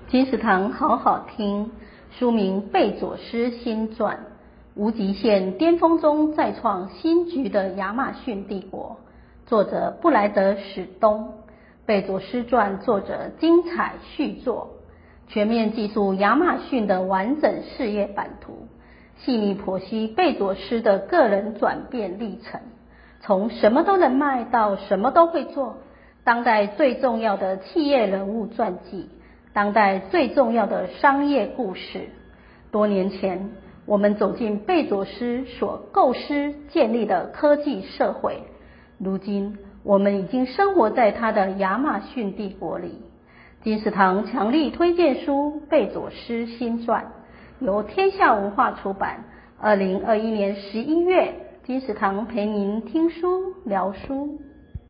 金石堂好好听，书名《贝佐斯新传》，无极限巅峰中再创新局的亚马逊帝国，作者布莱德史东。贝佐斯传作者精彩续作，全面记述亚马逊的完整事业版图，细腻剖析贝佐斯的个人转变历程，从什么都能卖到什么都会做，当代最重要的企业人物传记，当代最重要的商业故事。多年前，我们走进贝佐斯所构思建立的科技社会，如今我们已经生活在他的亚马逊帝国里。金石堂强力推荐书《贝佐斯新传》，由天下文化出版。2021年11月，金石堂陪您听书聊书。